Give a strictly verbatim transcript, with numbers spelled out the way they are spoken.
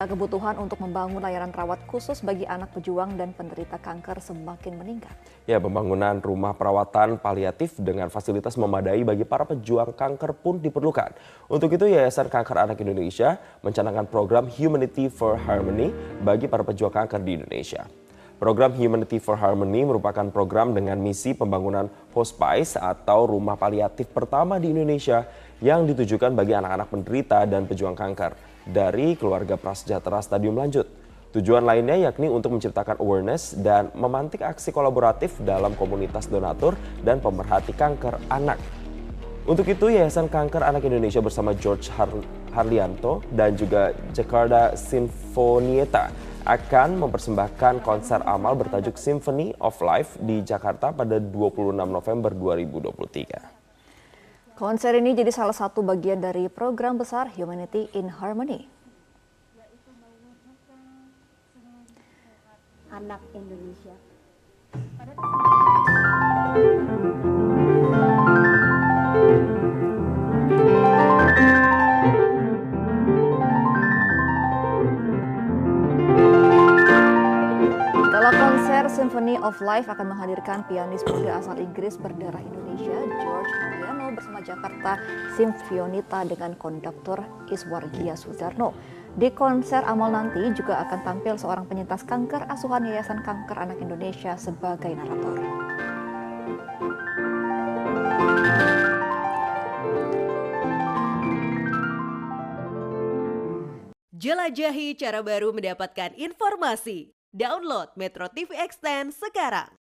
serta kebutuhan untuk membangun layanan rawat khusus bagi anak pejuang dan penderita kanker semakin meningkat. Ya, pembangunan rumah perawatan paliatif dengan fasilitas memadai bagi para pejuang kanker pun diperlukan. Untuk itu, Yayasan Kanker Anak Indonesia mencanangkan program Humanity for Harmony bagi para pejuang kanker di Indonesia. Program Humanity for Harmony merupakan program dengan misi pembangunan hospice atau rumah paliatif pertama di Indonesia yang ditujukan bagi anak-anak penderita dan pejuang kanker dari keluarga prasejahtera stadium lanjut. Tujuan lainnya yakni untuk menciptakan awareness dan memantik aksi kolaboratif dalam komunitas donatur dan pemerhati kanker anak. Untuk itu, Yayasan Kanker Anak Indonesia bersama George Har Harlianto dan juga Jakarta Sinfonietta akan mempersembahkan konser amal bertajuk Symphony of Life di Jakarta pada dua puluh enam November dua ribu dua puluh tiga. Konser ini jadi salah satu bagian dari program besar Humanity in Harmony. Anak Indonesia. Gala konser Symphony of Life akan menghadirkan pianis muda asal Inggris berdarah Indonesia George Harlianto bersama Jakarta Sinfonietta dengan konduktor Iswargia Sudarno. Di konser amal nanti juga akan tampil seorang penyintas kanker asuhan Yayasan Kanker Anak Indonesia sebagai narator. Jelajahi cara baru mendapatkan informasi. Download Metro T V Extend sekarang.